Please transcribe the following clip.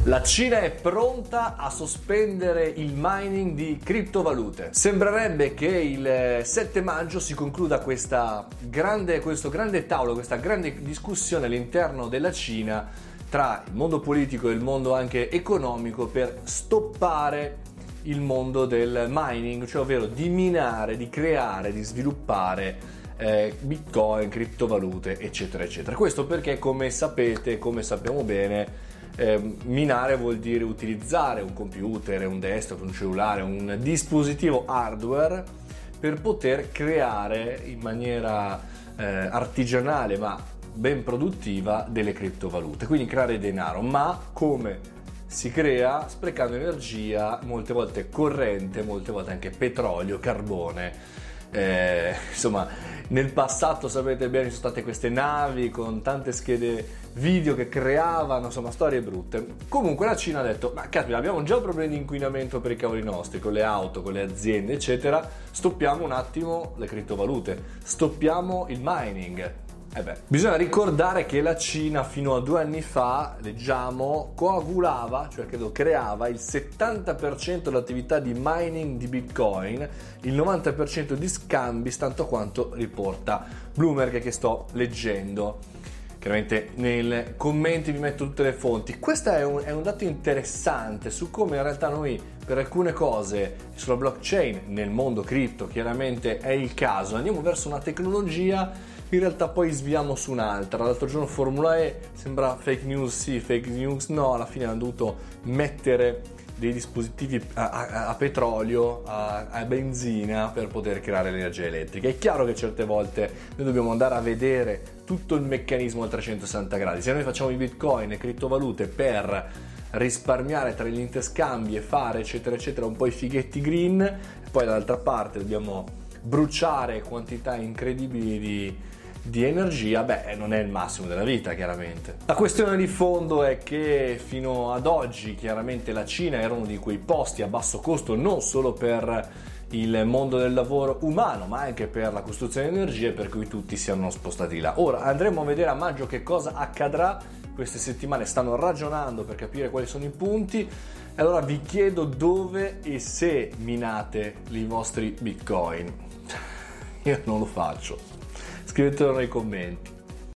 La Cina è pronta a sospendere il mining di criptovalute. Sembrerebbe che il 7 maggio si concluda questo grande tavolo, questa grande discussione all'interno della Cina tra il mondo politico e il mondo anche economico per stoppare il mondo del mining, cioè ovvero di minare, di creare, di sviluppare bitcoin, criptovalute, eccetera, eccetera. Questo perché, come sapete, come sappiamo bene, minare vuol dire utilizzare un computer, un desktop, un cellulare, un dispositivo hardware per poter creare in maniera artigianale ma ben produttiva delle criptovalute, quindi creare denaro. Ma come si crea? Sprecando energia, molte volte corrente, molte volte anche petrolio, carbone. Insomma, nel passato sapete bene, ci sono state queste navi con tante schede video che creavano, insomma, storie brutte. Comunque la Cina ha detto: ma caspita, abbiamo già problemi di inquinamento per i cavoli nostri, con le auto, con le aziende, eccetera, stoppiamo un attimo le criptovalute, stoppiamo il mining. Bisogna ricordare che la Cina fino a 2 anni fa, leggiamo, coagulava, cioè creava il 70% dell'attività di mining di Bitcoin, il 90% di scambi, stando quanto riporta Bloomberg, che sto leggendo. Chiaramente nei commenti vi metto tutte le fonti. Questo è un dato interessante su come in realtà noi per alcune cose sulla blockchain, nel mondo cripto chiaramente è il caso, andiamo verso una tecnologia, in realtà poi sviamo su un'altra. L'altro giorno Formula E sembra fake news sì, fake news no, alla fine hanno dovuto mettere dei dispositivi a petrolio, a benzina per poter creare l'energia elettrica. È chiaro che certe volte noi dobbiamo andare a vedere tutto il meccanismo a 360 gradi. Se noi facciamo i bitcoin e criptovalute per risparmiare tra gli interscambi e fare eccetera eccetera un po' i fighetti green, e poi dall'altra parte dobbiamo bruciare quantità incredibili di energia, non è il massimo della vita, chiaramente. La questione di fondo è che fino ad oggi chiaramente la Cina era uno di quei posti a basso costo non solo per il mondo del lavoro umano ma anche per la costruzione di energie, per cui tutti si erano spostati là. Ora andremo a vedere a maggio che cosa accadrà. Queste settimane stanno ragionando per capire quali sono i punti. Allora vi chiedo dove e se minate i vostri bitcoin. Io non lo faccio. Scrivetelo nei commenti.